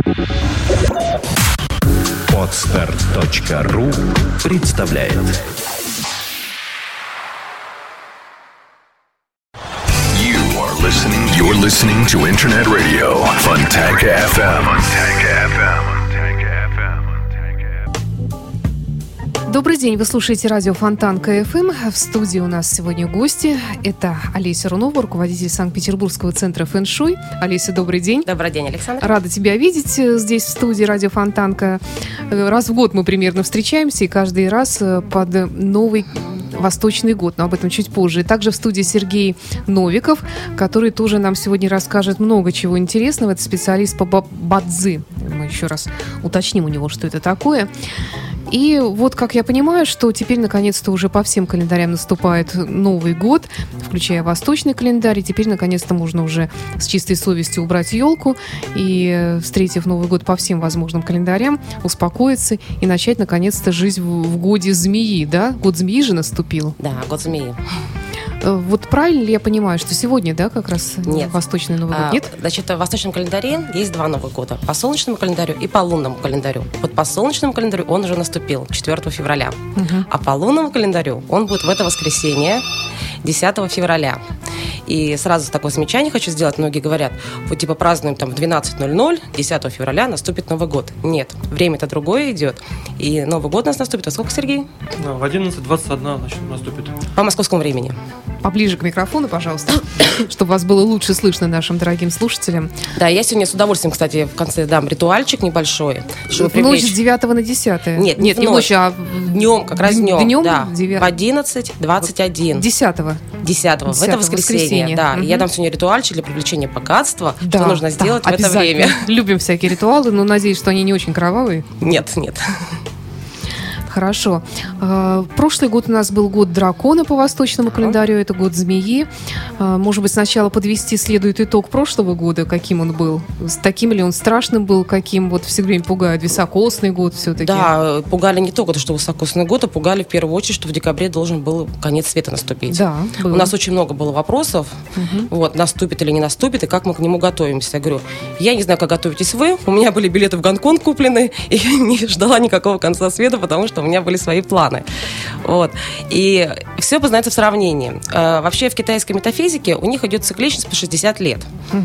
Podster.ru представляет. You're listening to Internet Radio Fontanka FM. Добрый день, вы слушаете радио Фонтанка ФМ. В студии у нас сегодня гости. Это Олеся Рунова, руководитель Санкт-Петербургского центра фэн-шуй. Олеся, добрый день. Добрый день, Александр. Рада тебя видеть здесь, в студии радио Фонтанка. Раз в год мы примерно встречаемся, и каждый раз под новый Восточный год, но об этом чуть позже. И также в студии Сергей Новиков, который тоже нам сегодня расскажет много чего интересного. Это специалист по бадзи. Мы еще раз уточним у него, что это такое. И вот, как я понимаю, что теперь, наконец-то, уже по всем календарям наступает Новый год, включая восточный календарь, и теперь, наконец-то, можно уже с чистой совестью убрать елку и, встретив Новый год по всем возможным календарям, успокоиться и начать, наконец-то, жить в годе змеи, да? Год змеи же наступил. Да, год змеи. Вот правильно ли я понимаю, что сегодня, да, как раз Нет. Восточный Новый год? Нет? Значит, в восточном календаре есть два Новых года. По солнечному календарю и по лунному календарю. Вот по солнечному календарю он уже наступил 4 февраля. А по лунному календарю он будет в это воскресенье 10 февраля. И сразу такое замечание хочу сделать. Многие говорят, вот типа празднуем там в 12:00, 10 февраля наступит Новый год. Нет, время-то другое идет. И Новый год у нас наступит. А сколько, Сергей? Да, в 11:21 наступит. По московскому времени. Поближе к микрофону, пожалуйста, чтобы вас было лучше слышно нашим дорогим слушателям. Да, я сегодня с удовольствием, кстати, в конце дам ритуальчик небольшой, чтобы привлечь. Ночь с 9 на 10. Нет, не ночь, а днем, как раз днем. Днем, да. 9. В 11:21. 10-го. 10-го. В это воскресенье. Да. Угу. Я дам сегодня ритуальчик для привлечения богатства. Да, что нужно сделать в это время. Любим всякие ритуалы, но надеюсь, что они не очень кровавые. Нет. Хорошо. Прошлый год у нас был год дракона по восточному календарю, это год змеи. Может быть, сначала подвести следует итог прошлого года, каким он был? Таким ли он страшным был, каким вот все время пугают? Високосный год все-таки. Да, пугали не только то, что высокосный год, а пугали в первую очередь, что в декабре должен был конец света наступить. Да, было. У нас очень много было вопросов, вот, наступит или не наступит, и как мы к нему готовимся. Я говорю, я не знаю, как готовитесь вы, у меня были билеты в Гонконг куплены, и я не ждала никакого конца света, потому что у меня были свои планы. Вот. И все познается в сравнении. Вообще в китайской метафизике у них идет цикличность по 60 лет.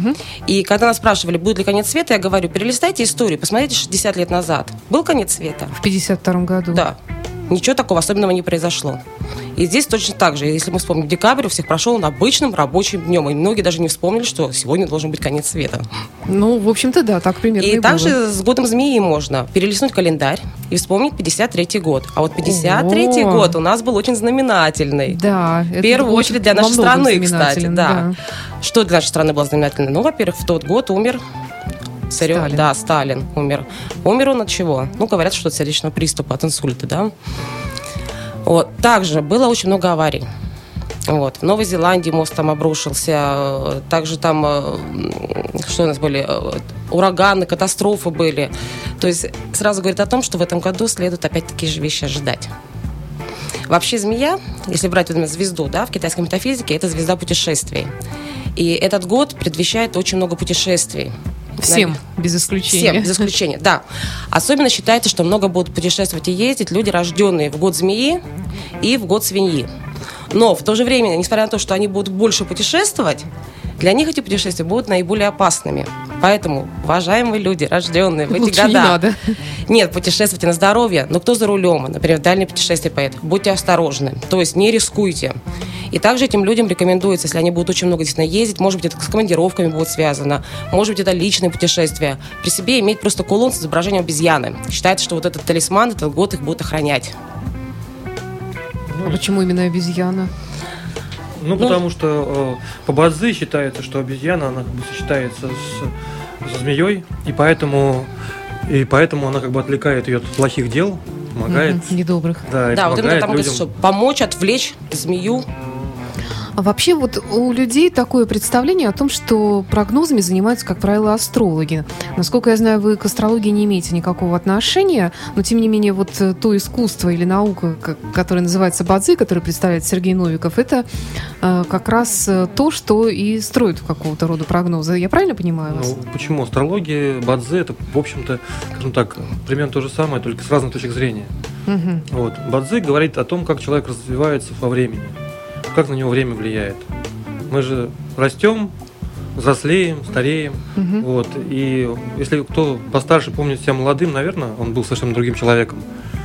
И когда нас спрашивали, будет ли конец света, я говорю, перелистайте историю, посмотрите 60 лет назад. Был конец света? В 52-м году. Да. Ничего такого особенного не произошло. И здесь точно так же. Если мы вспомним декабрь, у всех прошел он обычным рабочим днем. И многие даже не вспомнили, что сегодня должен быть конец света. Ну, в общем-то, да, так примерно и также было. с годом змеи можно перелистнуть календарь и вспомнить 53-й год. А вот 53-й год у нас был очень знаменательный. Да. В первую очередь для нашей страны, кстати. Да. Что для нашей страны было знаменательно? Ну, во-первых, в тот год умер Сталин. Да, Сталин умер. Умер он от чего? Ну, говорят, что от сердечного приступа, от инсульта, да. Вот. Также было очень много аварий. Вот. В Новой Зеландии мост там обрушился. Также там, что у нас были? Ураганы, катастрофы были. То есть сразу говорит о том, что в этом году следует опять такие же вещи ожидать. Вообще змея, если брать вот звезду, да, в китайской метафизике, это звезда путешествий. И этот год предвещает очень много путешествий. Всем, без исключения. Всем, без исключения, да. Особенно считается, что много будут путешествовать и ездить люди, рожденные в год змеи и в год свиньи. Но в то же время, несмотря на то, что они будут больше путешествовать, для них эти путешествия будут наиболее опасными. Поэтому, уважаемые люди, рожденные в эти года... не надо. Нет, путешествуйте на здоровье, но кто за рулем, например, в дальние путешествия поедет, будьте осторожны, то есть не рискуйте. И также этим людям рекомендуется, если они будут очень много действительно ездить, может быть, это с командировками будет связано, может быть, это личные путешествия, при себе иметь просто кулон с изображением обезьяны. Считается, что вот этот талисман, этот год их будет охранять. А почему именно обезьяна? Ну, потому что по бадзи считается, что обезьяна, она как бы сочетается со змеей, и поэтому она как бы отвлекает ее от плохих дел, помогает. Недобрых. Да, вот именно там говорится, что помочь, отвлечь змею. А вообще вот у людей такое представление о том, что прогнозами занимаются, как правило, астрологи. Насколько я знаю, вы к астрологии не имеете никакого отношения, но тем не менее вот то искусство или наука, которое называется бадзи, которое представляет Сергей Новиков, это как раз то, что и строит какого-то рода прогнозы. Я правильно понимаю вас? Ну, почему? Астрология, бадзи, это, в общем-то, скажем так, примерно то же самое, только с разных точек зрения. Угу. Вот. Бадзи говорит о том, как человек развивается во времени, как на него время влияет. Мы же растем, взрослеем, стареем. Угу. Вот. И если кто постарше помнит себя молодым, наверное, он был совершенно другим человеком.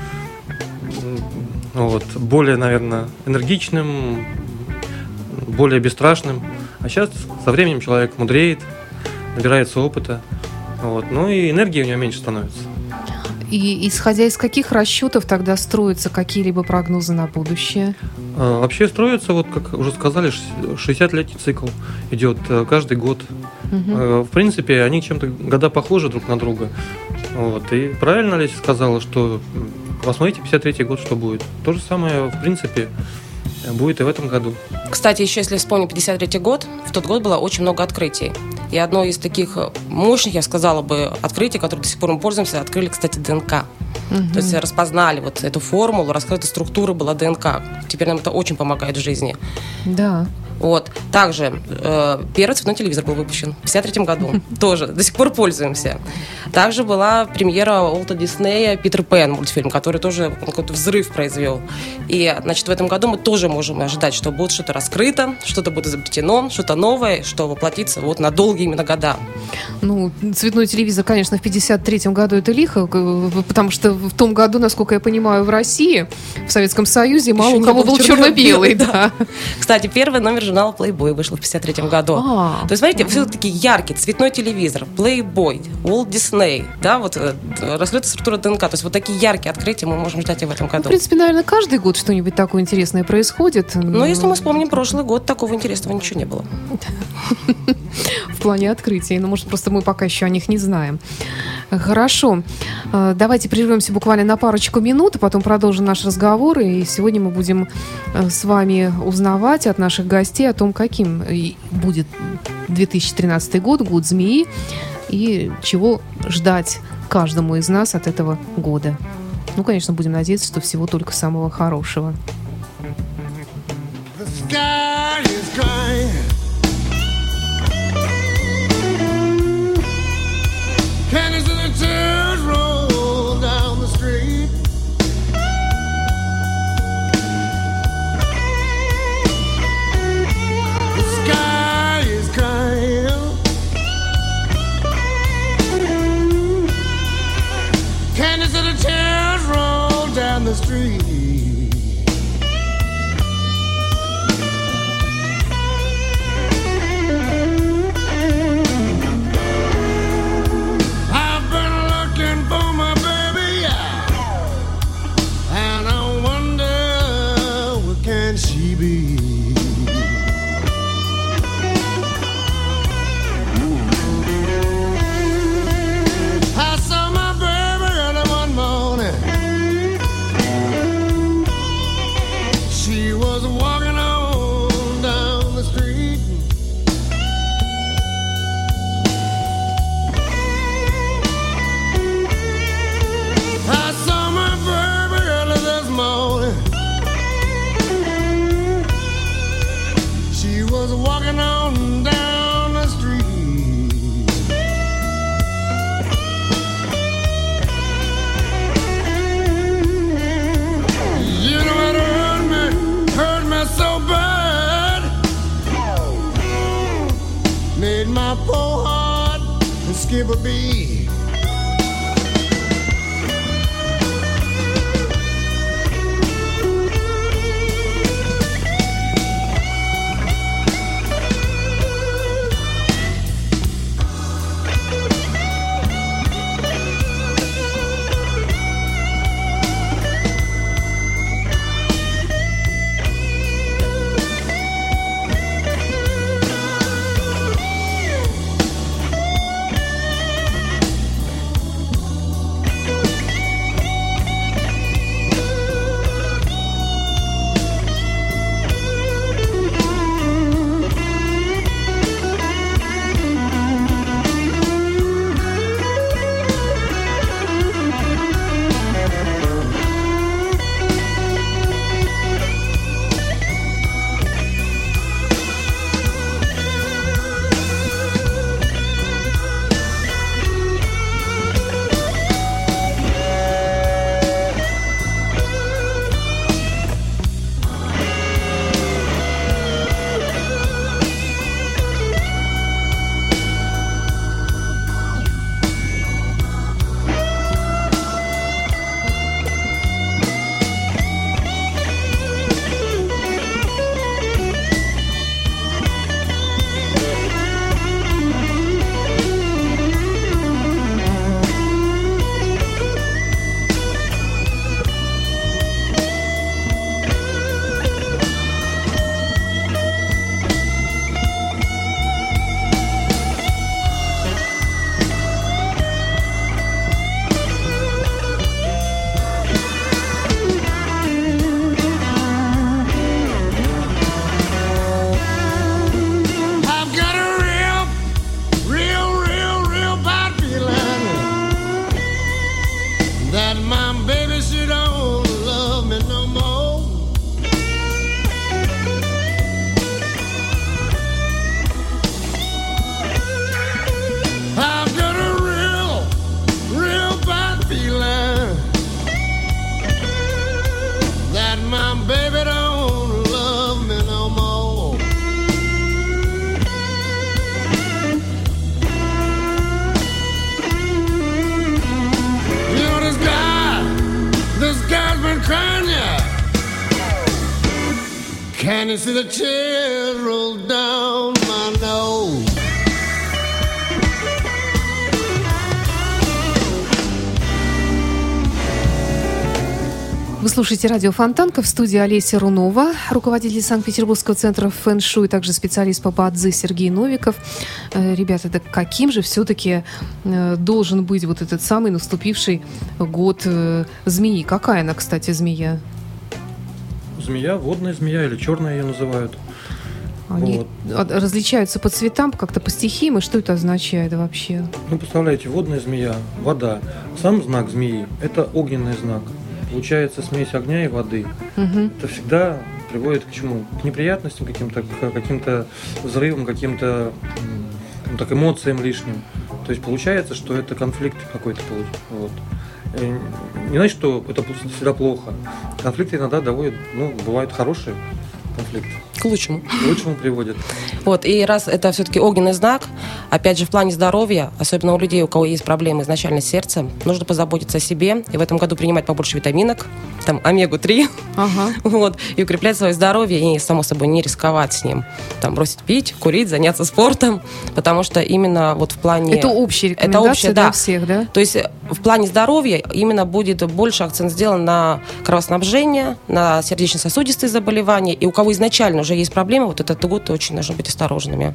Вот. Более, наверное, энергичным, более бесстрашным. А сейчас со временем человек мудреет, набирается опыта. Вот. Ну и энергии у него меньше становится. И исходя из каких расчетов тогда строятся какие-либо прогнозы на будущее? Вообще строится, вот как уже сказали, 60-летний цикл идет каждый год. Угу. В принципе, они чем-то года похожи друг на друга. Вот. И правильно Леся сказала, что посмотрите 53-й год, что будет. То же самое, в принципе, будет и в этом году. Кстати, еще если вспомнить 53-й год, в тот год было очень много открытий. И одно из таких мощных, я сказала бы, открытий, которым до сих пор мы пользуемся, открыли, кстати, ДНК. То есть распознали вот эту формулу, раскрыта структура была ДНК. Теперь нам это очень помогает в жизни. Да. Вот. Также первый цветной телевизор был выпущен в 1953 году. Тоже до сих пор пользуемся. Также была премьера Уолта Диснея «Питер Пен» мультфильм, который тоже какой-то взрыв произвел. И, значит, в этом году мы тоже можем ожидать, что будет что-то раскрыто, что-то будет изобретено, что-то новое, что воплотится вот на долгие именно года. Ну, цветной телевизор, конечно, в 1953 году это лихо, потому что в том году, насколько я понимаю, в России, в Советском Союзе, мало у кого был черно-белый. Да. Кстати, первый номер журнала Playboy вышел в 1953 году. То есть, смотрите, все-таки яркий цветной телевизор, Playboy, Walt Disney, да, вот раскрытая структура ДНК. То есть вот такие яркие открытия мы можем ждать и в этом году. В принципе, наверное, каждый год что-нибудь такое интересное происходит. Но если мы вспомним прошлый год, такого интересного ничего не было. В плане открытий. Но, может, просто мы пока еще о них не знаем. Хорошо. Давайте прервемся буквально на парочку минут, а потом продолжим наш разговор. И сегодня мы будем с вами узнавать от наших гостей о том, каким будет 2013 год, год змеи, и чего ждать каждому из нас от этого года. Ну, конечно, будем надеяться, что всего только самого хорошего. The street. I've been looking for my baby, and I wonder where can she be? I saw my baby early one morning. She was walking on down the street. I saw my baby early this morning. She was walking on down the street. You know it hurt me so bad, made my poor heart skip a beat. Can you see the tears roll down my nose? Вы слушаете радио Фонтанка, в студии Олеся Рунова, руководитель Санкт-Петербургского центра фэн-шуй, также специалист по баадзи Сергей Новиков. Ребята, да каким же все-таки должен быть вот этот самый наступивший год змеи? Какая она, кстати, змея? Змея, водная змея или черная ее называют. Они различаются по цветам, как-то по стихиям, и что это означает вообще? Ну, представляете, водная змея, вода. Сам знак змеи – это огненный знак. Получается смесь огня и воды. Это всегда приводит к чему? К неприятностям каким-то, к каким-то взрывам, каким-то так, эмоциям лишним. То есть получается, что это конфликт какой-то. Вот. Не значит, что это всегда плохо. Конфликты иногда доводят, бывают хорошие конфликты. К лучшему. К лучшему приводят. Вот, и раз это все-таки огненный знак, опять же, в плане здоровья, особенно у людей, у кого есть проблемы изначально с сердцем, нужно позаботиться о себе и в этом году принимать побольше витаминок, там, омегу-3, вот, и укреплять свое здоровье, и, само собой, не рисковать с ним. Там, бросить пить, курить, заняться спортом, потому что именно вот в плане... Это общие рекомендации для всех, да? То есть в плане здоровья именно будет больше акцент сделан на кровоснабжение, на сердечно-сосудистые заболевания, и у кого изначально уже есть проблемы, вот этот год очень нужно быть осторожными.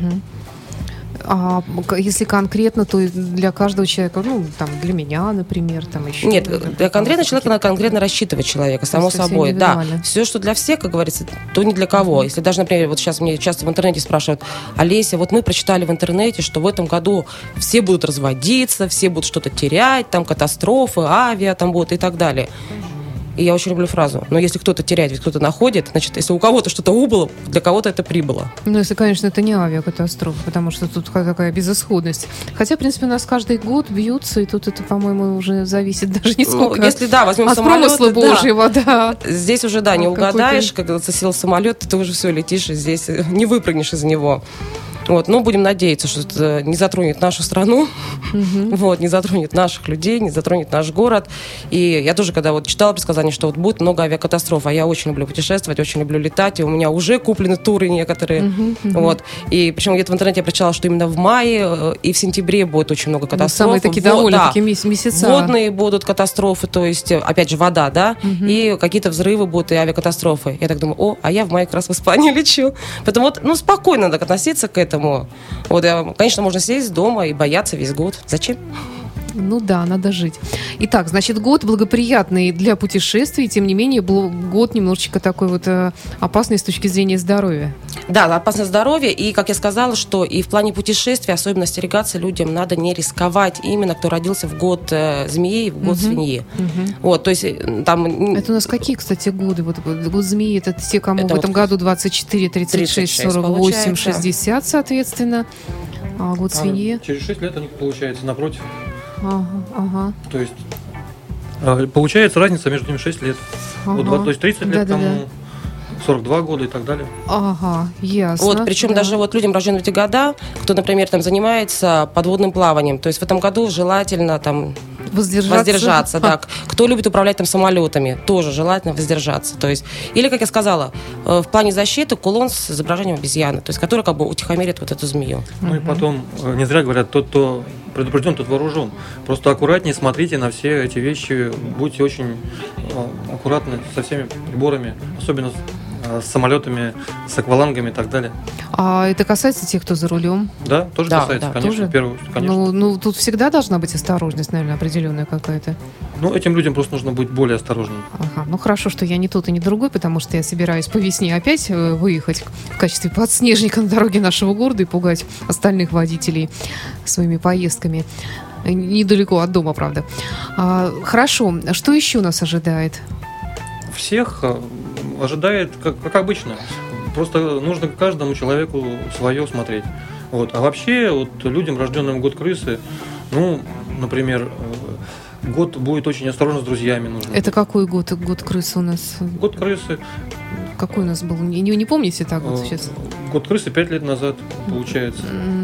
А если конкретно, то для каждого человека, для меня, например, там еще... Нет, для конкретного человека надо конкретно рассчитывать человека, само собой. Да, все, что для всех, как говорится, то не для кого. Если даже, например, вот сейчас мне часто в интернете спрашивают: Олеся, вот мы прочитали в интернете, что в этом году все будут разводиться, все будут что-то терять, там катастрофы, авиа там будут и так далее. И я очень люблю фразу: но если кто-то теряет, ведь кто-то находит, значит, если у кого-то что-то убыло, для кого-то это прибыло. Если, конечно, это не авиакатастрофа, потому что тут такая безысходность. Хотя, в принципе, у нас каждый год бьются, и тут это, по-моему, уже зависит даже не сколько если, возьмем от самолет, промысла Божьего, да. Здесь уже, не угадаешь, когда сел самолет, ты уже все летишь, и здесь не выпрыгнешь из него. Вот, но будем надеяться, что это не затронет нашу страну, вот, не затронет наших людей, не затронет наш город. И я тоже, когда читала предсказания, что будет много авиакатастроф, а я очень люблю путешествовать, очень люблю летать, и у меня уже куплены туры некоторые. Вот. И причем где-то в интернете я прочитала, что именно в мае и в сентябре будет очень много катастроф. Самые такие довольно-таки месяца. Водные будут катастрофы, то есть, опять же, вода, да, и какие-то взрывы будут, и авиакатастрофы. Я так думаю, а я в мае как раз в Испанию лечу. Поэтому спокойно надо относиться к этому. Вот, конечно, можно сидеть дома и бояться весь год. Зачем? Надо жить. Итак, значит, год благоприятный для путешествий, тем не менее, год немножечко такой опасный с точки зрения здоровья. Да, опасное здоровье, и, как я сказала, что и в плане путешествий особенно остерегаться людям надо не рисковать, именно кто родился в год змеи, в год свиньи. Вот, то есть там... Это у нас какие, кстати, годы? Вот год змеи, это те, кому это в этом году 24, 36, 48, 60, соответственно. А год свиньи? Через 6 лет они, получается, напротив. Ага. То есть получается разница между ними 6 лет. То есть 30 лет тому, 42 года и так далее. Ага, ясно. Вот, причем даже людям, рожденным в эти года, кто, например, занимается подводным плаванием, то есть в этом году желательно воздержаться, да. Кто любит управлять самолетами, тоже желательно воздержаться. То есть, или, как я сказала, в плане защиты кулон с изображением обезьяны, то есть, который утихомирит вот эту змею. И потом, не зря говорят, тот, кто предупрежден, тот вооружен. Просто аккуратнее смотрите на все эти вещи, будьте очень аккуратны со всеми приборами, особенно с самолетами, с аквалангами и так далее. А это касается тех, кто за рулем? Да, тоже касается, конечно, тоже? в первую очередь, конечно. Тут всегда должна быть осторожность, наверное, определенная какая-то. Этим людям просто нужно быть более осторожными. Ага, хорошо, что я не тот и не другой, потому что я собираюсь по весне опять выехать в качестве подснежника на дороге нашего города и пугать остальных водителей своими поездками. Недалеко от дома, правда. Хорошо, что еще нас ожидает? Всех ожидает, как обычно. Просто нужно каждому человеку свое смотреть. А вообще, людям, рожденным в год крысы, например, год будет очень осторожно с друзьями нужно. Это какой год? Год крысы у нас? Год крысы. Какой у нас был? Не помните так сейчас? Год крысы 5 лет назад, получается.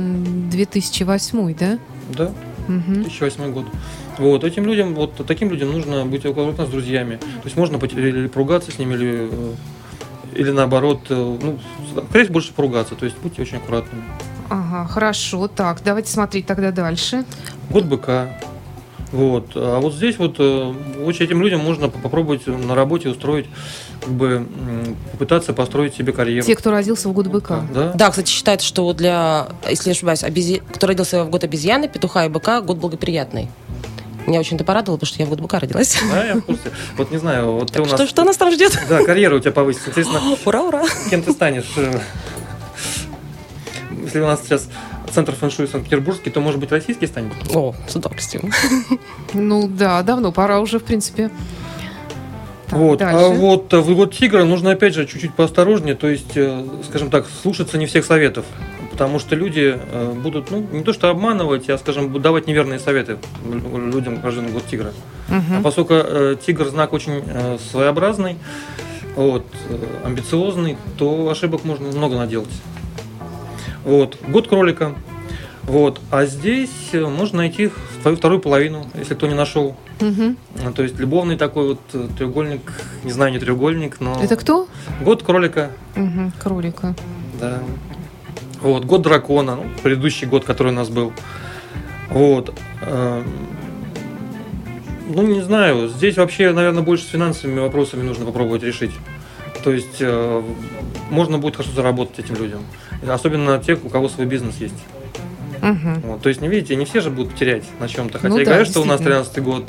2008, да? Да, 2008 год. Этим людям, таким людям нужно быть аккуратно с друзьями. То есть можно поругаться с ними или наоборот, скорее всего, больше поругаться. То есть будьте очень аккуратными. Ага, хорошо. Так, давайте смотреть тогда дальше. Год быка. Вот. А вот здесь вот очень этим людям можно попробовать на работе устроить, попытаться построить себе карьеру. Те, кто родился в год быка. Да. Да, кстати, считается, что для, если не ошибаюсь, кто родился в год обезьяны, петуха и быка, год благоприятный. Меня очень это порадовало, потому что я в год быка родилась. Да, я в курсе. Вот не знаю, вот ты у нас... Что нас там ждет? Да, карьера у тебя повысится. Интересно, Ура, ура! кем ты станешь? Если у нас сейчас центр фэн-шуй Санкт-Петербургский, то, может быть, российский станет? О, с удовольствием. Ну да, давно пора уже, в принципе. Так, Вот. дальше. А вот в год тигра нужно, опять же, чуть-чуть поосторожнее, то есть, скажем так, слушаться не всех советов, потому что люди будут, не то что обманывать, а, скажем, будут давать неверные советы людям, рожденным в год тигра. А поскольку тигр знак очень своеобразный, амбициозный, то ошибок можно много наделать. Вот. Год кролика. Вот. А здесь можно найти свою вторую половину, если кто не нашел. То есть любовный такой вот треугольник, не знаю, не треугольник, но... Это кто? Год кролика. Кролика. Да. Вот. Год дракона, предыдущий год, который у нас был. Вот. Не знаю, здесь вообще, наверное, больше с финансовыми вопросами нужно попробовать решить. То есть можно будет хорошо заработать этим людям. Особенно те, у кого свой бизнес есть. Вот, то есть, не видите, не все же будут терять на чем-то. Хотя и говорят, что у нас 13-й год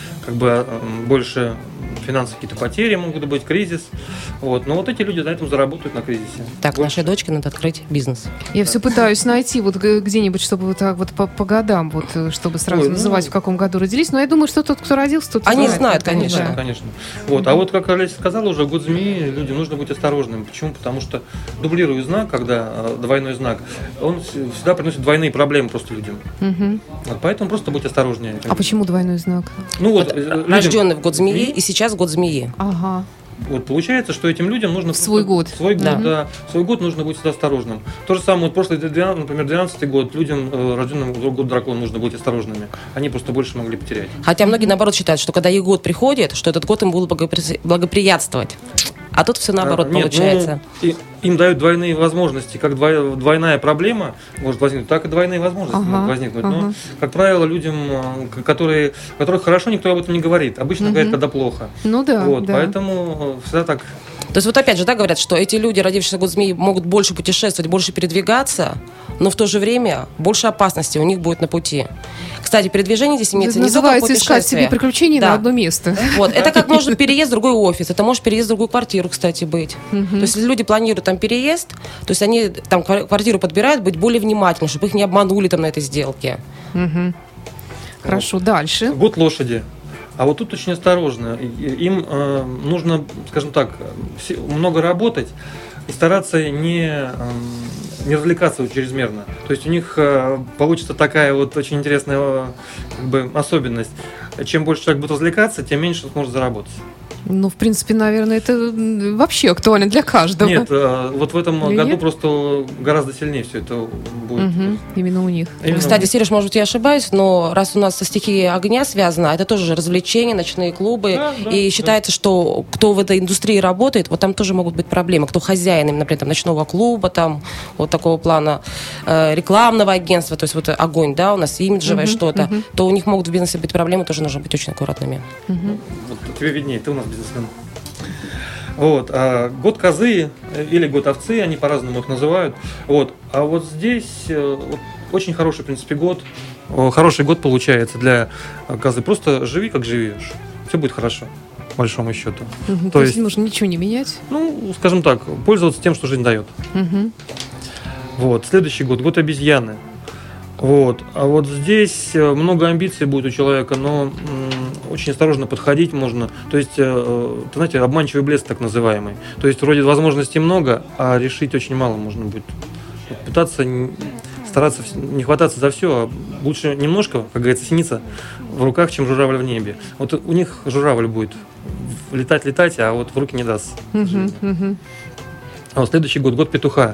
больше финансовые какие-то потери могут быть, кризис. Вот. Но вот эти люди на этом заработают, на кризисе. Так, нашей дочке надо открыть бизнес. Я все пытаюсь найти вот где-нибудь, чтобы вот так вот по годам, вот, чтобы сразу называть, в каком году родились. Но я думаю, что тот, кто родился, тот Они знает, знают, конечно. Конечно. Вот. А вот, как Олеся сказала уже, год змеи, люди, нужно быть осторожными. Почему? Потому что дублируя знак, когда двойной знак, он всегда приносит двойные проблемы просто людям. Вот, поэтому просто будьте осторожнее. А почему двойной знак? Рожденный в год змеи и сейчас год змеи. Ага. Вот получается, что этим людям нужно... Свой год. Свой год нужно быть всегда осторожным. То же самое, прошлый, например, 12-й год, людям, рожденным в год дракона, нужно быть осторожными. Они просто больше могли потерять. Хотя многие, наоборот, считают, что когда их год приходит, что этот год им будут благоприятствовать. А тут все наоборот получается. Им дают двойные возможности. Как двойная проблема может возникнуть, так и двойные возможности могут возникнуть. Но, как правило, людям, которых хорошо, никто об этом не говорит. Обычно говорят, когда плохо. Ну да, вот, да. Поэтому всегда так. То есть вот опять же, говорят, что эти люди, родившиеся в год змеи, могут больше путешествовать, больше передвигаться, но в то же время больше опасности у них будет на пути. Кстати, передвижение здесь имеется не только путешествие. Искать себе приключения на одно место. Вот. Это как может переезд в другой офис, это может переезд в другую квартиру, кстати, быть. То есть если люди планируют там переезд, то есть они там квартиру подбирают, быть более внимательными, чтобы их не обманули там на этой сделке. Хорошо, дальше. Год лошади. А вот тут очень осторожно. Им нужно, скажем так, много работать и стараться не развлекаться чрезмерно. То есть у них получится такая вот очень интересная особенность. Чем больше человек будет развлекаться, тем меньше он сможет заработать. Ну, в принципе, наверное, это вообще актуально для каждого. Нет, вот в этом году просто гораздо сильнее все это будет. Именно у них. Кстати, Сереж, может быть, я ошибаюсь, но раз у нас со стихией огня связано, это тоже же развлечения, ночные клубы. И считается, что кто в этой индустрии работает, вот там тоже могут быть проблемы. Кто хозяин, например, там, ночного клуба, там, вот такого плана рекламного агентства, то есть вот огонь, да, у нас имиджевое что-то, то у них могут в бизнесе быть проблемы, тоже нужно быть очень аккуратными. Вот тебе виднее, ты у нас бизнесмен. Вот, год козы или год овцы, они по-разному их называют. Вот, а вот здесь очень хороший, в принципе, год. Хороший год получается для козы. Просто живи, как живешь. Все будет хорошо, по большому счету. То есть нужно ничего не менять? Ну, скажем так, пользоваться тем, что жизнь дает. Вот, следующий год, год обезьяны. Вот. А вот здесь много амбиций будет у человека, но очень осторожно подходить можно. То есть, знаете, обманчивый блеск так называемый. То есть, вроде возможностей много, а решить очень мало можно будет. Пытаться, стараться не хвататься за все, а лучше немножко, как говорится, синица в руках, чем журавль в небе. Вот у них журавль будет летать, а вот в руки не даст. А вот следующий год, год петуха.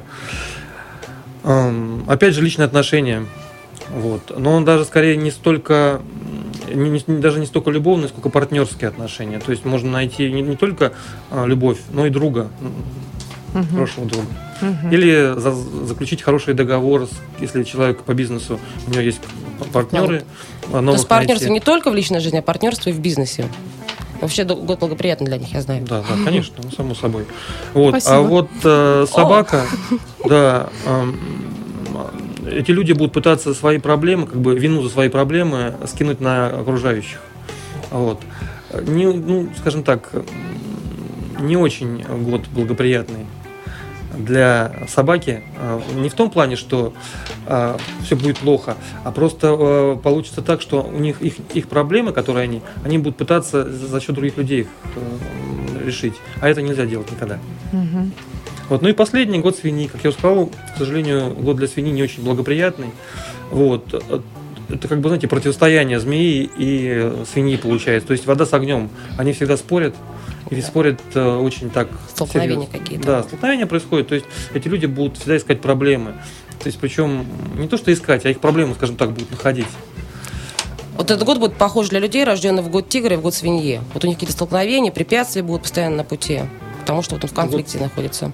Опять же, личные отношения. Вот. Но он даже скорее не столько, даже не столько любовные, сколько партнерские отношения. То есть можно найти не только любовь, но и друга. хорошего друга. Или заключить хороший договор, если человек по бизнесу, у него есть партнеры. То есть партнерство не только в личной жизни, а партнерство и в бизнесе. Вообще год благоприятный для них, я знаю. Да, конечно, само собой. Вот. Спасибо. А вот собака, да, эти люди будут пытаться свои проблемы, как бы вину за свои проблемы скинуть на окружающих. Вот. Скажем так, не очень год благоприятный для собаки. Не в том плане, что все будет плохо, а просто получится так, что у них их проблемы, которые они будут пытаться за счет других людей их решить. А это нельзя делать никогда. Вот. Ну и последний год свиньи. Как я уже сказал, к сожалению, год для свиньи не очень благоприятный. Вот. Это, как бы, знаете, противостояние змеи и свиньи получается. То есть вода с огнем. Они всегда спорят. И спорят очень так... Столкновения какие-то. Да, столкновения происходят. То есть эти люди будут всегда искать проблемы. То есть причем не то, что искать, а их проблемы, скажем так, будут находить. Вот этот год будет похож для людей, рожденных в год тигра и в год свиньи. Вот у них какие-то столкновения, препятствия будут постоянно на пути. Потому что вот он в конфликте находится.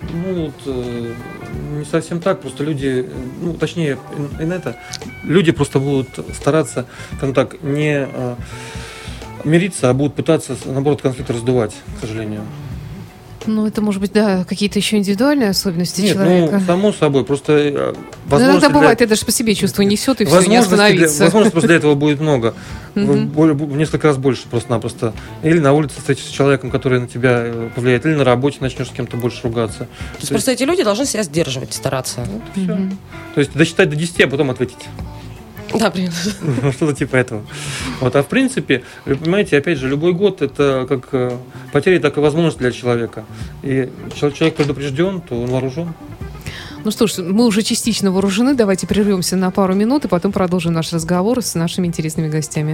Не совсем так, просто люди, точнее, люди просто будут стараться, скажем так, не мириться, а будут пытаться, наоборот, конфликт раздувать, к сожалению. Это, может быть, да, какие-то еще индивидуальные особенности Нет, человека. Само собой, просто иногда бывает, я даже по себе чувствую, несет, и все, не остановиться. Возможности просто для этого будет много. В несколько раз больше просто-напросто. Или на улице встретишься с человеком, который на тебя повлияет, или на работе начнешь с кем-то больше ругаться. То есть просто эти люди должны себя сдерживать, стараться. Все. То есть досчитать до 10, а потом ответить. Да, примерно. Что-то типа этого. Вот, а в принципе, вы понимаете, опять же, любой год это как потеря, так и возможность для человека. И человек предупрежден, то он вооружен. Ну что ж, мы уже частично вооружены. Давайте прервемся на пару минут и потом продолжим наш разговор с нашими интересными гостями.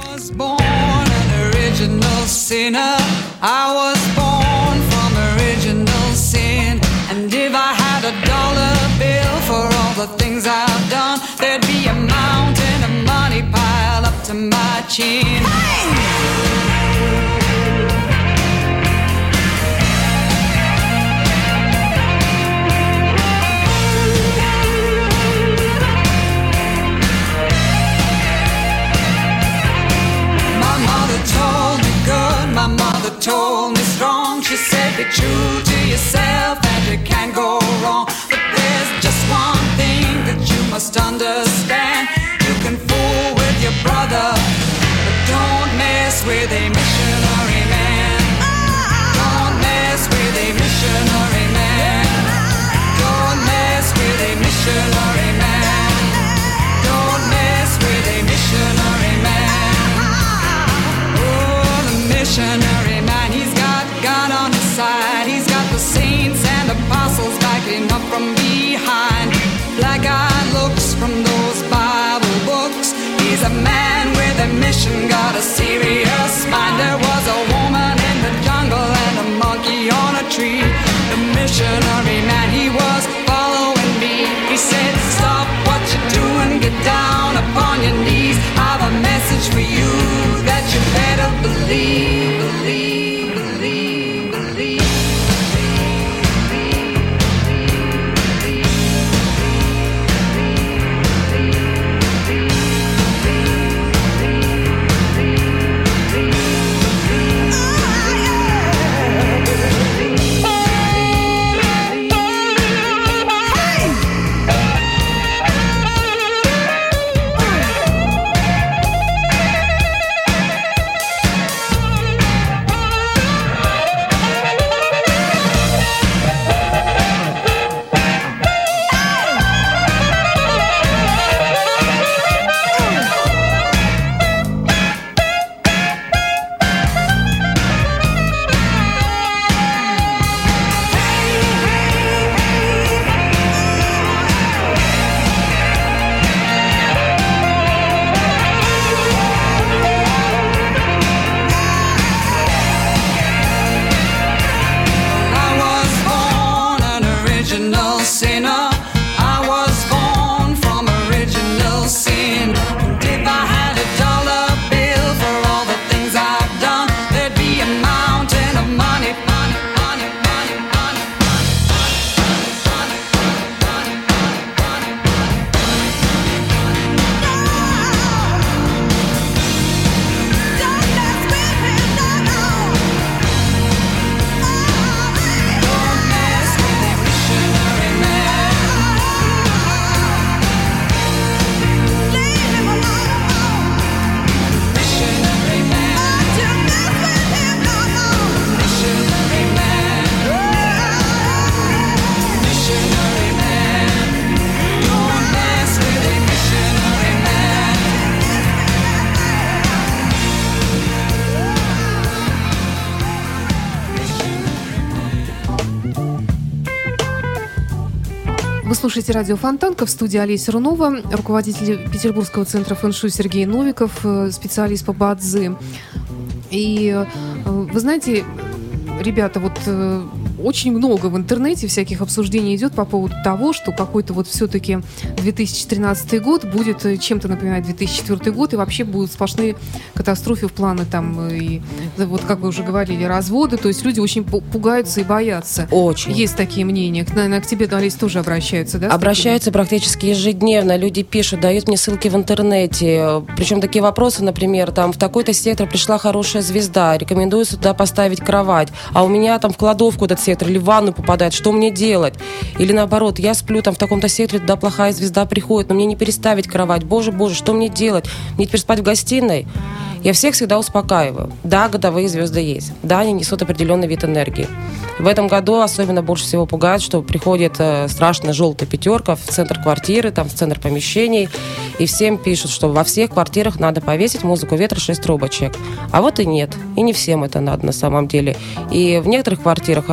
And if I had $1 bill for all the things I've done, there'd be a mountain of money piled up to my chin. My mother told me good, my mother told me strong. She said be true to yourself and you can't go wrong. But there's just one thing that you must understand. You can fool with your brother, but don't mess with a missionary man. Don't mess with a missionary man. Don't mess with a missionary man. Don't mess with a missionary man. Oh, the missionary man, he's got God on his side. He's got the saints and apostles backing up from behind. Black-eyed looks from those Bible books. He's a man with a mission, got a serious mind. There was a woman in the jungle and a monkey on a tree. The missionary man, he was following me. He said, stop what you're doing, get down upon your knees. I've a message for you that you better believe, believe, believe, believe. слушаете радио Фонтанка, в студии Олеся Рунова, руководитель Петербургского центра фэн-шуй Сергей Новиков, специалист по бадзи. И вы знаете, ребята, вот очень много в интернете всяких обсуждений идет по поводу того, что какой-то вот все-таки 2013 год будет чем-то напоминать 2004 год, и вообще будут сплошные катастрофы в плане там, и вот как вы уже говорили, разводы, то есть люди очень пугаются и боятся. Очень. Есть такие мнения. Наверное, к тебе, Олесь, тоже обращаются, да? Обращаются практически ежедневно. Люди пишут, дают мне ссылки в интернете. Причем такие вопросы, например, там в такой-то сектор пришла хорошая звезда, рекомендуется туда поставить кровать, а у меня там в кладовку этот сектор или в ванну попадает, что мне делать? Или наоборот, я сплю там в таком-то секторе, туда плохая звезда приходит, но мне не переставить кровать. Боже, что мне делать? Мне теперь спать в гостиной? Я всех всегда успокаиваю. Да, годовые звезды есть. Да, они несут определенный вид энергии. В этом году особенно больше всего пугает, что приходит страшная желтая пятерка в центр квартиры, там, в центр помещений, и всем пишут, что во всех квартирах надо повесить музыку ветра 6 трубочек. А вот и нет. И не всем это надо на самом деле. И в некоторых квартирах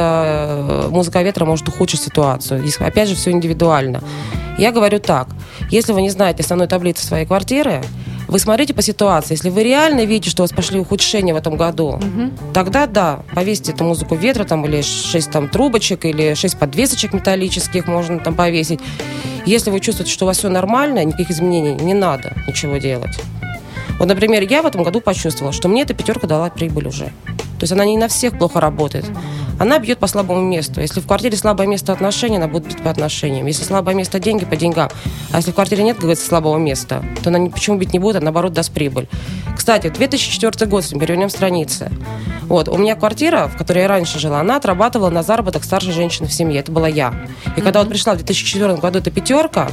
эта музыка ветра может ухудшить ситуацию. Здесь, опять же, все индивидуально. Я говорю так. Если вы не знаете основной таблицы своей квартиры, вы смотрите по ситуации. Если вы реально видите, что у вас пошли ухудшения в этом году, тогда да, повесьте эту музыку ветра, там, или 6 там, трубочек, или 6 подвесочек металлических можно там повесить. Если вы чувствуете, что у вас все нормально, никаких изменений, не надо ничего делать. Вот, например, я в этом году почувствовала, что мне эта пятерка дала прибыль уже. То есть она не на всех плохо работает. Она бьет по слабому месту. Если в квартире слабое место отношения, она будет бить по отношениям. Если слабое место деньги, по деньгам. А если в квартире нет, как говорится, слабого места, то она почему бить не будет, а наоборот даст прибыль. Кстати, 2004 год, если мы перевернем страницы. Вот, у меня квартира, в которой я раньше жила, она отрабатывала на заработок старшей женщины в семье. Это была я. И когда вот пришла в 2004 году эта пятерка,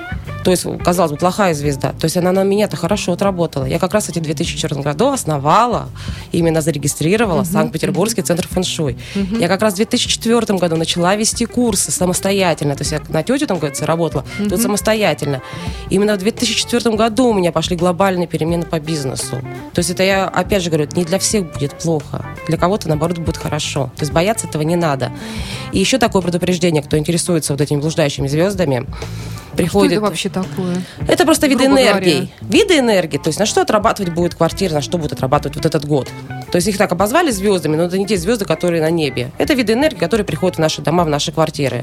то есть, казалось бы, плохая звезда. То есть она на меня-то хорошо отработала. Я как раз в 2004 году основала, именно зарегистрировала Санкт-Петербургский центр фэн-шуй. Я как раз в 2004 году начала вести курсы самостоятельно. То есть я на тетю, там, говорится, работала, тут самостоятельно. Именно в 2004 году у меня пошли глобальные перемены по бизнесу. То есть это я, опять же говорю, не для всех будет плохо. Для кого-то, наоборот, будет хорошо. То есть бояться этого не надо. И еще такое предупреждение, кто интересуется вот этими блуждающими звездами, приходит... Что это вообще такое? Это просто виды Грубо энергии. говоря. Виды энергии, то есть на что отрабатывать будет квартира, на что будет отрабатывать вот этот год. То есть их так обозвали звездами, но это не те звезды, которые на небе. Это виды энергии, которые приходят в наши дома, в наши квартиры.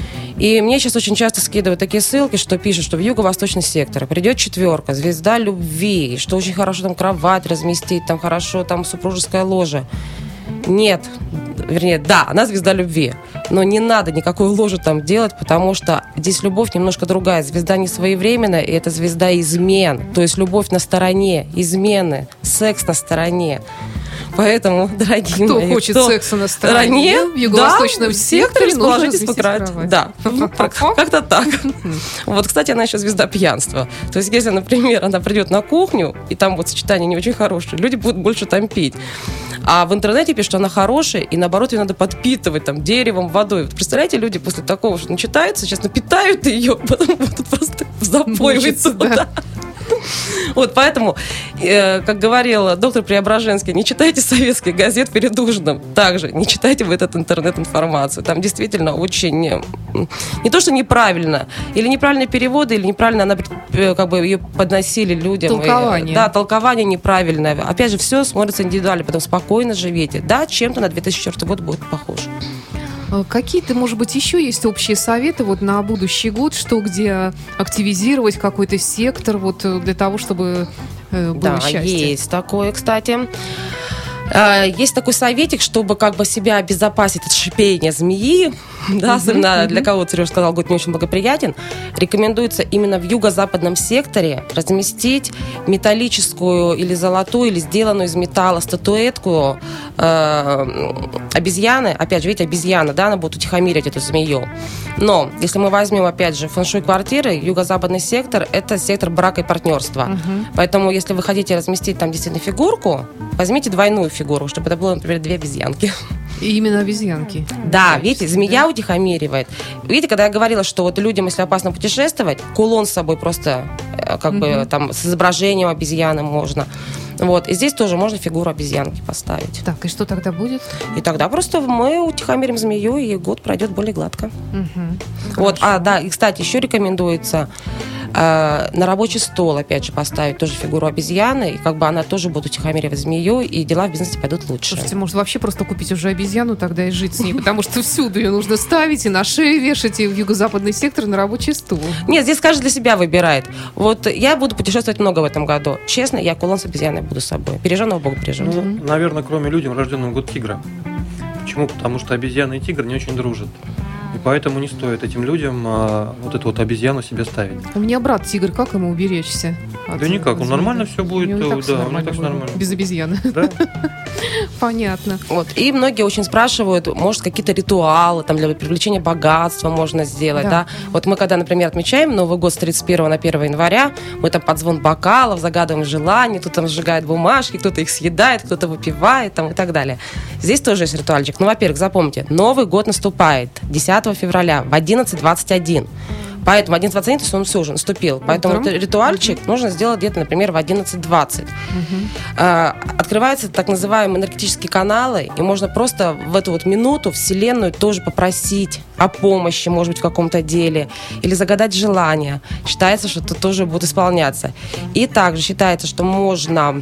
И мне сейчас очень часто скидывают такие ссылки, что пишут, что в юго-восточный сектор придет четверка, звезда любви, что очень хорошо там кровать разместить, там хорошо там супружеская ложа. Нет, вернее, да, она звезда любви, но не надо никакой ложи там делать, потому что здесь любовь немножко другая. Звезда не своевременная, и это звезда измен. То есть любовь на стороне, измены, секс на стороне. Поэтому, дорогие Кто мои, хочет секса на стороне, в юго-восточном секторе нужно расположитесь по разместить кровати. кровать. Да, как-то так. Вот, кстати, она еще звезда пьянства. То есть, если, например, она придет на кухню, и там вот сочетание не очень хорошее, люди будут больше там пить. А в интернете пишут, что она хорошая, и наоборот, ее надо подпитывать там деревом, водой. Вот представляете, люди после такого, что начитаются, сейчас напитают ее, потом будут просто запоиваться. Да. Вот, поэтому, как говорил доктор Преображенский, не читайте советских газет перед ужином. Также не читайте в этот интернет-информацию. Там действительно очень... Не то, что неправильно, или неправильные переводы, или неправильно она, как бы, ее подносили людям. Толкование. Да, толкование неправильное. Опять же, все смотрится индивидуально, потом спокойно живите. Да, чем-то на 2004 год будет похож. Какие-то, может быть, еще есть общие советы вот на будущий год, что где активизировать какой-то сектор вот для того, чтобы было счастье? Да, есть такое, кстати. Есть такой советик, чтобы как бы себя обезопасить от шипения змеи, да, особенно для кого, Сережа сказал, год не очень благоприятен, рекомендуется именно в юго-западном секторе разместить металлическую или золотую, или сделанную из металла статуэтку обезьяны. Опять же, видите, обезьяна, да, она будет утихомирить эту змею. Но если мы возьмем, опять же, фэн-шуй квартиры, юго-западный сектор – это сектор брака и партнерства. Поэтому, если вы хотите разместить там действительно фигурку, возьмите двойную фигуру, чтобы это было, например, 2 обезьянки. И именно обезьянки. Да, видите, змея утихомиривает. Видите, когда я говорила, что вот людям, если опасно путешествовать, кулон с собой просто как бы там с изображением обезьяны можно. Вот. И здесь тоже можно фигуру обезьянки поставить. Так, и что тогда будет? И тогда просто мы утихомирим змею, и год пройдет более гладко. Мгм. Вот. Хорошо. Да, и, кстати, еще рекомендуется на рабочий стол, опять же, поставить тоже фигуру обезьяны, и как бы она тоже будет утихомиривать змею, и дела в бизнесе пойдут лучше. Слушайте, может, вообще просто купить уже обезьяну тогда и жить с ней, потому что всюду ее нужно ставить, и на шею вешать, и в юго-западный сектор, на рабочий стул. Нет, здесь каждый для себя выбирает. Вот я буду путешествовать много в этом году. Честно, я кулон с обезьяной буду с собой. Береженого Бога бережет. Ну, наверное, кроме людям, рожденных в год тигра. Почему? Потому что обезьяна и тигр не очень дружат. И поэтому не стоит этим людям вот эту вот обезьяну себе ставить. У меня брат тигр, как ему уберечься? Да никак, он нормально все будет, У него и так всё да, у него так все будет. нормально. Без обезьяны. Да? Понятно. Вот. И многие очень спрашивают, может, какие-то ритуалы там, для привлечения богатства можно сделать. Да. Да? Вот мы, когда, например, отмечаем Новый год с 31 на 1 января, мы там под звон бокалов загадываем желания, кто-то там сжигает бумажки, кто-то их съедает, кто-то выпивает там, и так далее. Здесь тоже есть ритуальчик. Ну, во-первых, запомните, Новый год наступает 10 февраля в 11:21. Поэтому 11:21, то есть он все уже наступил. Поэтому Утром. этот ритуальчик нужно сделать где-то, например, в 11:20. Открываются так называемые энергетические каналы, и можно просто в эту вот минуту Вселенную тоже попросить о помощи, может быть, в каком-то деле, или загадать желание. Считается, что это тоже будет исполняться. И также считается, что можно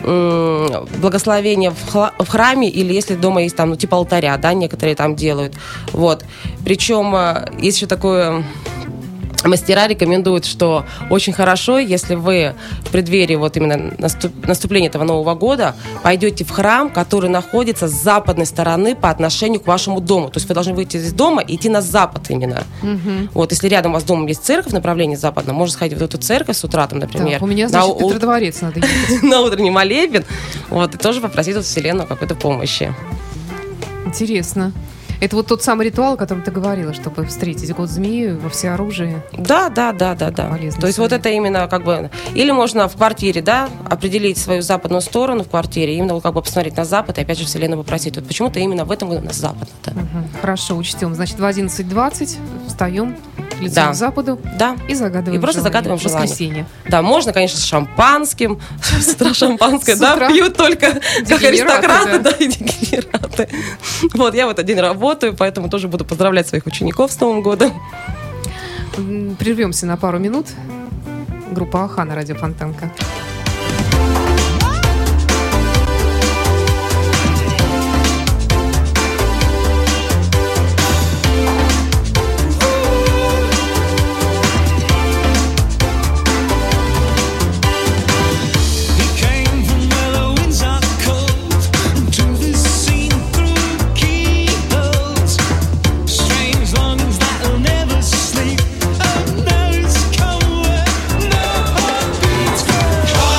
благословение в храме, или если дома есть там, ну, типа алтаря, да, некоторые там делают. Вот. Причем есть еще такое... Мастера рекомендуют, что очень хорошо, если вы в преддверии вот именно наступления этого Нового года пойдете в храм, который находится с западной стороны по отношению к вашему дому. То есть вы должны выйти из дома и идти на запад именно. Вот, если рядом у вас домом есть церковь в направлении западном, можно сходить в эту церковь с утра, там, например. Так, у меня, значит, Петродворец надо ехать. На утренний молебен. Вот, и тоже попросить от Вселенную какой-то помощи. Интересно. Это вот тот самый ритуал, о котором ты говорила, чтобы встретить год змеи во всеоружии. Да. Полезный То есть вот совет. это именно как бы... Или можно в квартире, да, определить свою западную сторону в квартире, именно вот как бы посмотреть на запад и опять же Вселенную попросить. Вот почему-то именно в этом году на запад. Да. Хорошо, учтем. Значит, в 11:20 встаем лицом Да. к западу Да. и загадываем И просто желание. загадываем желание. Воскресенье. Да, можно, конечно, с шампанским. С утра шампанское, С да, утра пьют только как дегенераты, аристократы, да. да, и дегенераты. Вот, я в этот день работаю, поэтому тоже буду поздравлять своих учеников с Новым годом. Прервемся на пару минут. Группа «Аха» на радио Фонтанка. He came from where the winds are cold to this scene through keyholes. Strange longings that'll never sleep. Oh, now it's come where no heart beats.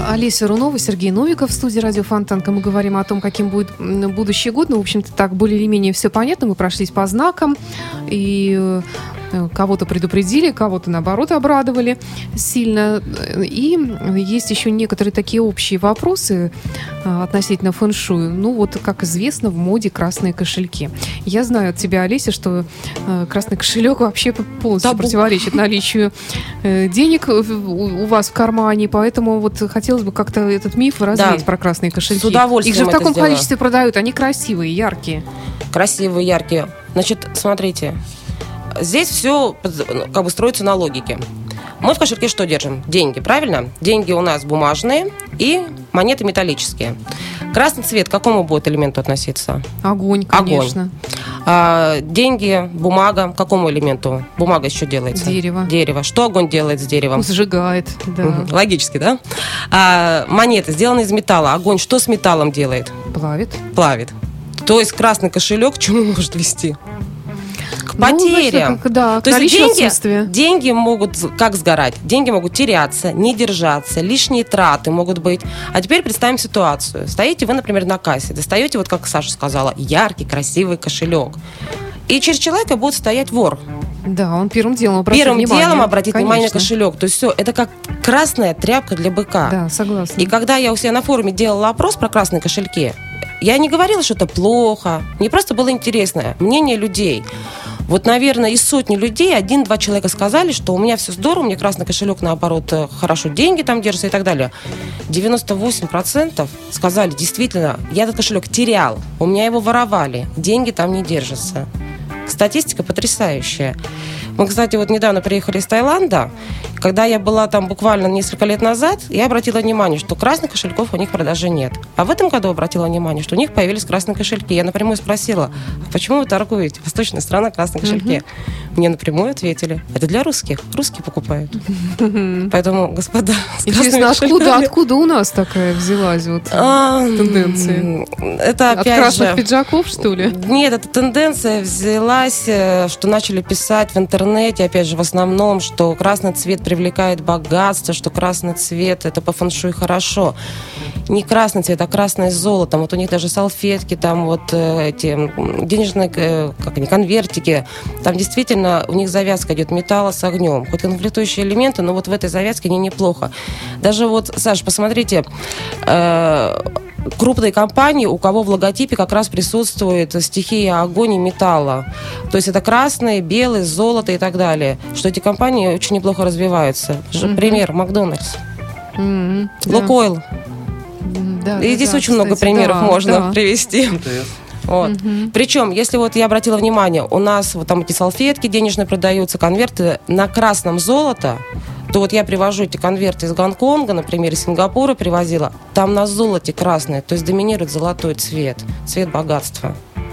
Олеся Рунова, Сергей Новиков в студии «Радио Фонтанка». Мы говорим о том, каким будет будущий год. Ну, в общем-то, так более или менее все понятно. Мы прошлись по знакам и кого-то предупредили, кого-то, наоборот, обрадовали сильно. И есть еще некоторые такие общие вопросы относительно фэн-шуй. Ну, вот, как известно, в моде красные кошельки. Я знаю от тебя, Олеся, что красный кошелек вообще полностью противоречит наличию денег у вас в кармане, поэтому вот хотелось бы как-то этот миф развеять про красные кошельки. С удовольствием. Их же в это таком сделаю. количестве продают, они красивые, яркие. Красивые, яркие. Значит, смотрите, здесь все как бы строится на логике. Мы в кошельке что держим? Деньги, правильно? Деньги у нас бумажные и монеты металлические. Красный цвет к какому будет элементу относиться? Огонь, конечно. Деньги, бумага, к какому элементу? Бумага еще делается? Дерево. Что огонь делает с деревом? Сжигает, да. Логически, да? Монеты сделаны из металла. Огонь что с металлом делает? Плавит. То есть красный кошелек к чему может вести? К потерям. Да, то есть отсутствия. деньги могут как сгорать? Деньги могут теряться, не держаться, лишние траты могут быть. А теперь представим ситуацию. Стоите вы, например, на кассе, достаете, вот как Саша сказала, яркий, красивый кошелек. И через человека будет стоять вор. Да, он первым делом обратит внимание на кошелек. То есть все, это как красная тряпка для быка. Да, согласна. И когда я у себя на форуме делала опрос про красные кошельки, я не говорила, что это плохо. Мне просто было интересно мнение людей. Вот, наверное, из сотни людей 1-2 человека сказали, что у меня все здорово, у меня красный кошелек, наоборот, хорошо деньги там держатся и так далее. 98% сказали, действительно, я этот кошелек терял, у меня его воровали, деньги там не держатся. Статистика потрясающая. Мы, кстати, вот недавно приехали из Таиланда. Когда я была там буквально несколько лет назад, я обратила внимание, что красных кошельков у них в продаже нет. А в этом году обратила внимание, что у них появились красные кошельки. Я напрямую спросила, а почему вы торгуете? Восточная страна, красные кошельки. Мне напрямую ответили, это для русских. Русские покупают. Поэтому, господа, интересно, откуда у нас такая взялась вот тенденция? Это от опять красных же пиджаков, что ли? Нет, эта тенденция взялась, что начали писать в интернете, опять же, в основном, что красный цвет привлекает богатство, что красный цвет это по фэн-шуй хорошо. Не красный цвет, а красное золото. Вот у них даже салфетки, там вот эти денежные, как они, конвертики. Там действительно у них завязка идет металла с огнем. Хоть конфликтующие элементы, но вот в этой завязке они неплохо. Даже вот, Саш, посмотрите, крупные компании, у кого в логотипе как раз присутствует стихия огонь и металла. То есть это красный, белый, золото и так далее. Что эти компании очень неплохо развиваются. Пример, Макдональдс. Лукойл. Да, и здесь очень много примеров можно привести. Вот. Причем, если вот я обратила внимание, у нас вот там эти салфетки денежные продаются, конверты на красном золото, то вот я привожу эти конверты из Гонконга, например, из Сингапура привозила, там на золоте красное, то есть доминирует золотой цвет, цвет богатства.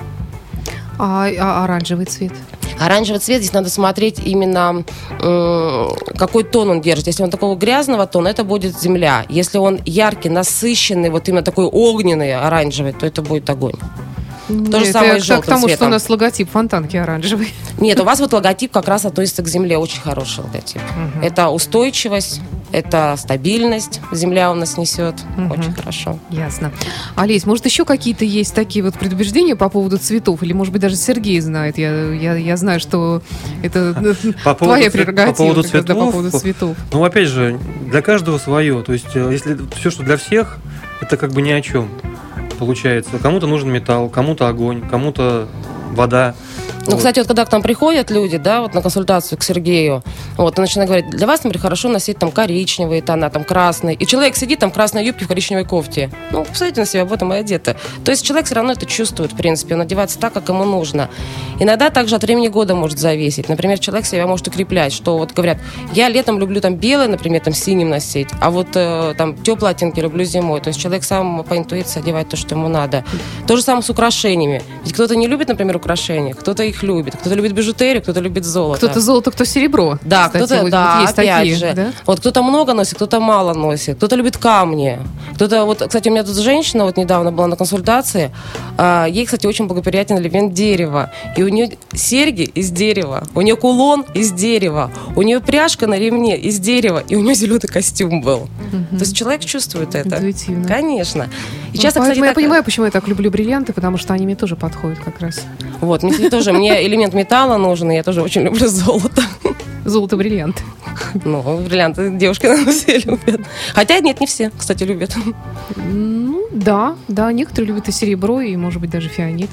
А оранжевый цвет? Оранжевый цвет, здесь надо смотреть именно, какой тон он держит. Если он такого грязного тона, это будет земля. Если он яркий, насыщенный, вот именно такой огненный, оранжевый, то это будет огонь. То же самое и с желтым к тому, цветом. что у нас логотип фонтанки оранжевый. Нет, у вас вот логотип как раз относится к земле. Очень хороший логотип. Это устойчивость, это стабильность. Земля у нас несет. Очень хорошо. Ясно. Олесь, может, еще какие-то есть такие вот предубеждения по поводу цветов? Или, может быть, даже Сергей знает? Я знаю, что это твоя прерогатива по поводу цветов. Ну, опять же, для каждого свое. То есть, если все, что для всех, это как бы ни о чем. Получается, кому-то нужен металл, кому-то огонь, кому-то вода. Ну, кстати, вот когда к нам приходят люди, да, вот на консультацию к Сергею, вот, он начинает говорить, для вас, например, хорошо носить там коричневые тона, там красные. И человек сидит там в красной юбке, в коричневой кофте. Ну, посмотрите на себя, вот и мы одеты. То есть человек все равно это чувствует, в принципе, он одевается так, как ему нужно. Иногда также от времени года может зависеть. Например, человек себя может укреплять, что вот говорят, я летом люблю там белое, например, там синим носить, а вот там теплые оттенки люблю зимой. То есть человек сам по интуиции одевает то, что ему надо. То же самое с украшениями. Ведь кто-то не любит, например, украшения, кто-то их их любит. Кто-то любит бижутерию, кто-то любит золото. Кто-то золото, кто серебро. Да, Кстати, кто-то, вот да, есть опять такие, же. да? Вот кто-то много носит, кто-то мало носит. Кто-то любит камни. Кто-то, вот, кстати, у меня тут женщина вот недавно была на консультации. Ей, кстати, очень благоприятен элемент дерева. И у нее серьги из дерева, у нее кулон из дерева, у нее пряжка на ремне из дерева, и у нее зеленый костюм был. То есть человек чувствует это. Интуитивно. Конечно. И Ну, часто, кстати, поэтому я так- понимаю, почему я так люблю бриллианты, потому что они мне тоже подходят как раз. Вот, мне тоже, мне элемент металла нужен, и я тоже очень люблю золото. Золото-бриллиант. Ну, бриллианты девушки, наверное, все любят. Хотя нет, не все, кстати, любят. Ну, да, некоторые любят и серебро, и, может быть, даже фианит.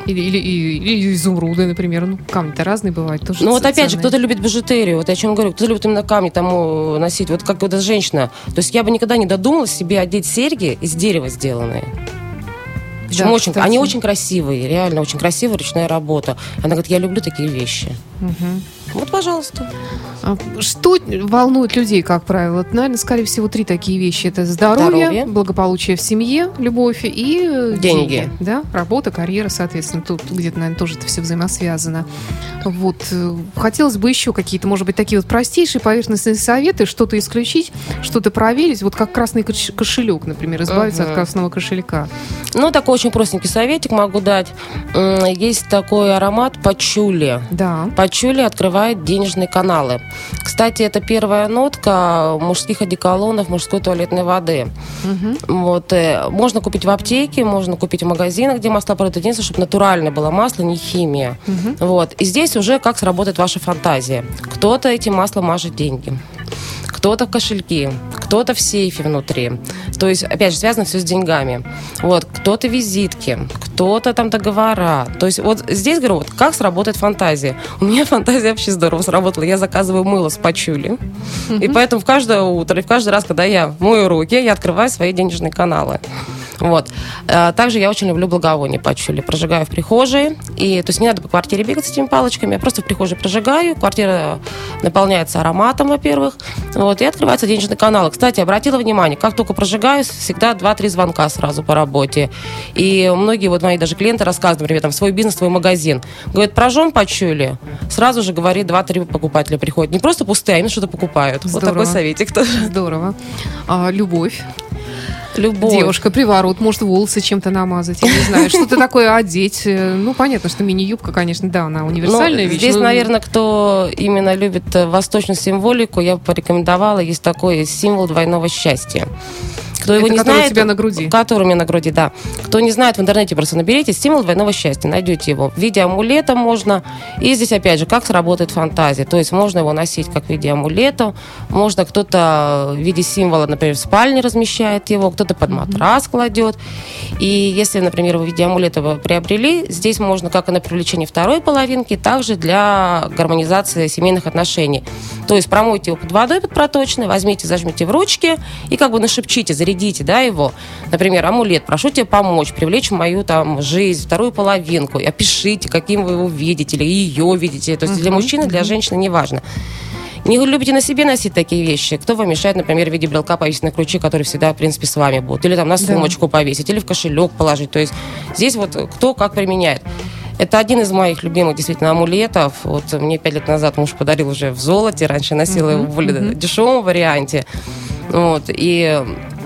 Или изумруды, например. Ну, камни-то разные бывают. Тоже Ну вот опять же, ценные. кто-то любит бижутерию, вот я о чем говорю, кто-то любит именно камни тому носить, вот как вот эта женщина. То есть я бы никогда не додумалась себе одеть серьги из дерева сделанные. Причем Да, очень, кстати. они очень красивые, реально очень красивая ручная работа. Она говорит, я люблю такие вещи. Мгм. Вот, пожалуйста. Что волнует людей, как правило? Вот, наверное, скорее всего, 3 такие вещи. Это здоровье, Здоровье. благополучие в семье, любовь и Деньги. Да? Работа, карьера, соответственно. Тут где-то, наверное, тоже это все взаимосвязано. Вот. Хотелось бы еще какие-то, может быть, такие вот простейшие поверхностные советы, что-то исключить, что-то проверить. Вот как красный кошелек, например, избавиться от красного кошелька. Ну, такой очень простенький советик могу дать. Есть такой аромат пачули. Да. Пачули открывает денежные каналы. Кстати, это первая нотка мужских одеколонов, мужской туалетной воды. Вот, можно купить в аптеке, можно купить в магазинах, где масла продают. Единственное, чтобы натуральное было масло, не химия. Вот. И здесь уже как сработает ваша фантазия. Кто-то этим маслом мажет деньги. Кто-то в кошельке, кто-то в сейфе внутри. То есть, опять же, связано все с деньгами. Вот, кто-то визитки, кто-то там договора. То есть, вот здесь, говорю, вот как сработает фантазия. У меня фантазия вообще здорово сработала. Я заказываю мыло с пачули. И поэтому в каждое утро и в каждый раз, когда я мою руки, я открываю свои денежные каналы. Вот. Также я очень люблю благовоние пачули. Прожигаю в прихожей. И, то есть не надо по квартире бегать с этими палочками. Я просто в прихожей прожигаю. Квартира наполняется ароматом, во-первых. Вот, и открываются денежные каналы. Кстати, обратила внимание, как только прожигаю, всегда 2-3 звонка сразу по работе. И многие вот мои даже клиенты рассказывают, например, там, свой бизнес, свой магазин. Говорят, прожжем пачули. Сразу же, говорит, 2-3 покупателя приходят. Не просто пустые, а именно что-то покупают. Вот Здорово. такой советик тоже. Здорово. Любовь. Любовь. Девушка, приворот, может, волосы чем-то намазать, я не знаю, что-то такое одеть. Ну, понятно, что мини-юбка, конечно, да, она универсальная Ну, вещь. здесь, но- наверное, кто именно любит восточную символику, я бы порекомендовала. Есть такой символ двойного счастья. Кто его Это не который знает, у тебя на груди? Который у меня на груди, да. Кто не знает, в интернете просто наберите символ двойного счастья, найдете его. В виде амулета можно. И здесь, опять же, как сработает фантазия. То есть можно его носить как в виде амулета, можно кто-то в виде символа, например, в спальне размещает его, кто-то под матрас кладет. И если, например, вы в виде амулета вы приобрели, здесь можно как и на привлечение второй половинки, также для гармонизации семейных отношений. То есть промойте его под водой под проточной, возьмите, зажмите в ручки и как бы нашепчите, зарядите, да, его. Например, амулет, прошу тебя помочь, привлечь в мою там жизнь, вторую половинку. И опишите, каким вы его видите, или ее видите. То есть для мужчины, для женщины, неважно. Не любите на себе носить такие вещи? Кто вам мешает, например, в виде брелка повесить на ключи, которые всегда, в принципе, с вами будут? Или там на сумочку повесить, или в кошелек положить. То есть здесь вот кто как применяет. Это один из моих любимых, действительно, амулетов. Вот мне 5 лет назад муж подарил уже в золоте. Раньше носила его в более дешевом варианте. Вот. И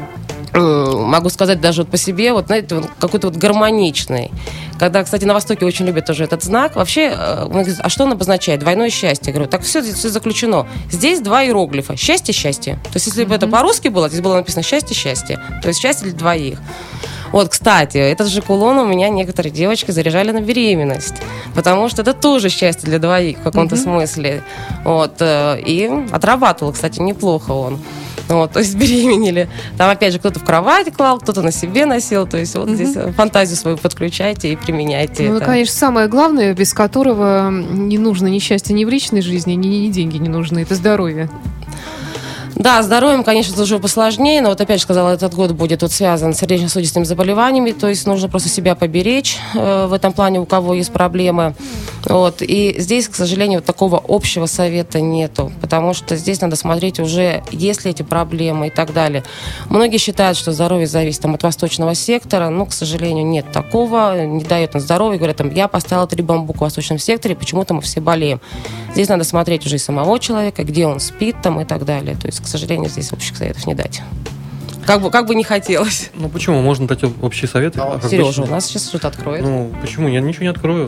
могу сказать даже вот по себе, вот, знаете, он какой-то вот гармоничный. Когда, кстати, на Востоке очень любят тоже этот знак. Вообще, он говорит, а что он обозначает? Двойное счастье. Я говорю, так все заключено. Здесь 2 иероглифа. Счастье. То есть, если бы это по-русски было, здесь было написано счастье. То есть, счастье для двоих. Вот, кстати, этот же кулон у меня некоторые девочки заряжали на беременность, потому что это тоже счастье для двоих в каком-то смысле. Вот, и отрабатывал, кстати, неплохо он. Вот, то есть беременели. Там, опять же, кто-то в кровати клал, кто-то на себе носил. То есть вот здесь фантазию свою подключайте и применяйте Ну, это. конечно, самое главное, без которого не нужно ни счастья ни в личной жизни, ни деньги не нужны, это здоровье. Да, с здоровьем, конечно, тоже посложнее, но вот опять же сказала, этот год будет вот связан с сердечно-сосудистыми заболеваниями, то есть нужно просто себя поберечь в этом плане, у кого есть проблемы. Вот. И здесь, к сожалению, вот такого общего совета нету, потому что здесь надо смотреть уже, есть ли эти проблемы и так далее. Многие считают, что здоровье зависит там, от восточного сектора, но, к сожалению, нет такого, не дает на здоровье. Говорят, там, я поставила 3 бамбука в восточном секторе, почему-то мы все болеем. Здесь надо смотреть уже и самого человека, где он спит там, и так далее. То есть, к сожалению, здесь общих советов не дать. Как бы не хотелось. Ну почему? Можно дать общие советы. Сережа, у нас сейчас что-то откроет. Ну почему? Я ничего не открою.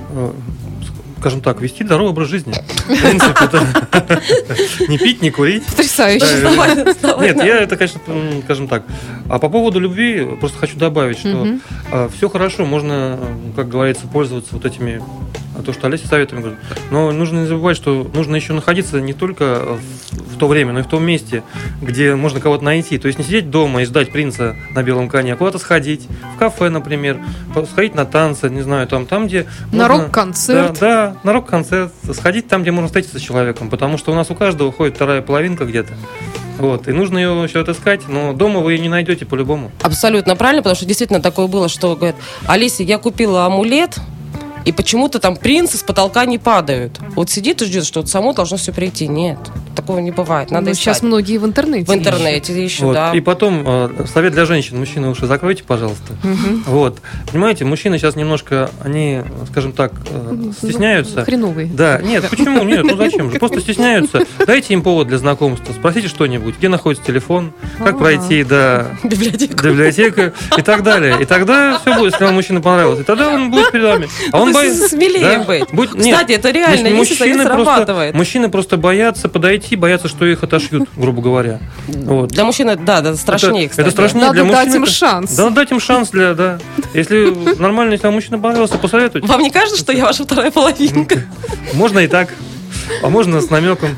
Скажем так, вести здоровый образ жизни. В принципе, это не пить, не курить. Потрясающе. Нет, я это, конечно, скажем так. А по поводу любви просто хочу добавить, что все хорошо, можно, как говорится, пользоваться вот этими, то, что Олеся советами говорит. Но нужно не забывать, что нужно еще находиться не только в то время, но и в том месте, где можно кого-то найти. То есть не сидеть дома и ждать принца на белом коне, а куда-то сходить, в кафе, например, сходить на танцы, не знаю, там где... На рок-концерт. Да, на рок-концерт, сходить там, где можно встретиться с человеком, потому что у нас у каждого ходит вторая половинка где-то. Вот, и нужно ее еще отыскать, но дома вы ее не найдете по-любому. Абсолютно правильно, потому что действительно такое было, что говорят: Олеся, я купила амулет, и почему-то там принцы с потолка не падают. Вот сидит и ждет, что вот само должно все прийти. Нет, такого не бывает. Надо искать. Сейчас многие в интернете. В интернете ищут, вот. да. И потом совет для женщин. Мужчины, уши закройте, пожалуйста. Вот. Понимаете, мужчины сейчас немножко, они, скажем так, стесняются. Хреновые. Да, нет, почему? Нет, ну зачем же? Просто стесняются. Дайте им повод для знакомства. Спросите что-нибудь. Где находится телефон, как пройти до библиотеки и так далее. И тогда все будет, если вам мужчина понравился. И тогда он будет перед вами. А он смелее быть. Кстати, это реально, если совет срабатывает. Мужчины просто боятся подойти, боятся, что их отошьют, грубо говоря. Вот. Для мужчин это страшнее, кстати. Это страшнее. Надо для мужчин дать им шанс. Да, дать им шанс да. Если нормально, если вам мужчина понравился, посоветуйте. Вам не кажется, что я ваша вторая половинка? Можно и так. А можно с намеком.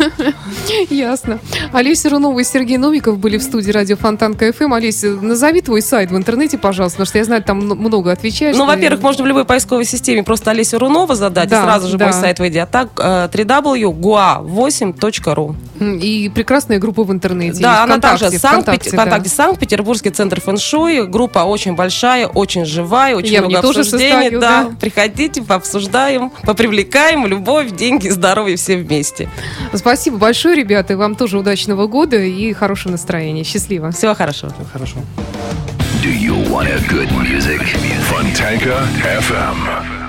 Ясно. Олеся Рунова и Сергей Новиков были в студии радио Фонтанка ФМ. Олеся, назови твой сайт в интернете, пожалуйста, потому что я знаю, там много отвечаешь. Ну, во-первых, можно в любой поисковой системе просто Олеся Рунова задать, да, и сразу же да. мой сайт выйдет. А так, www.gua8.ru. И прекрасная группа в интернете. Да, она также ВКонтакте, ВКонтакте, Санкт-Петербургский центр фэн-шуй. Группа очень большая, очень живая, очень Я в много ней тоже обсуждений. состою, Да. да. Приходите, пообсуждаем, попривлекаем любовь, деньги, здоровье все вместе. Спасибо большое, ребята. И вам тоже удачного года и хорошего настроения. Счастливо. Всего хорошего. Хорошо. Do you want a good music? Fontanka FM.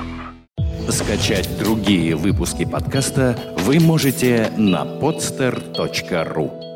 Скачать другие выпуски подкаста вы можете на podster.ru.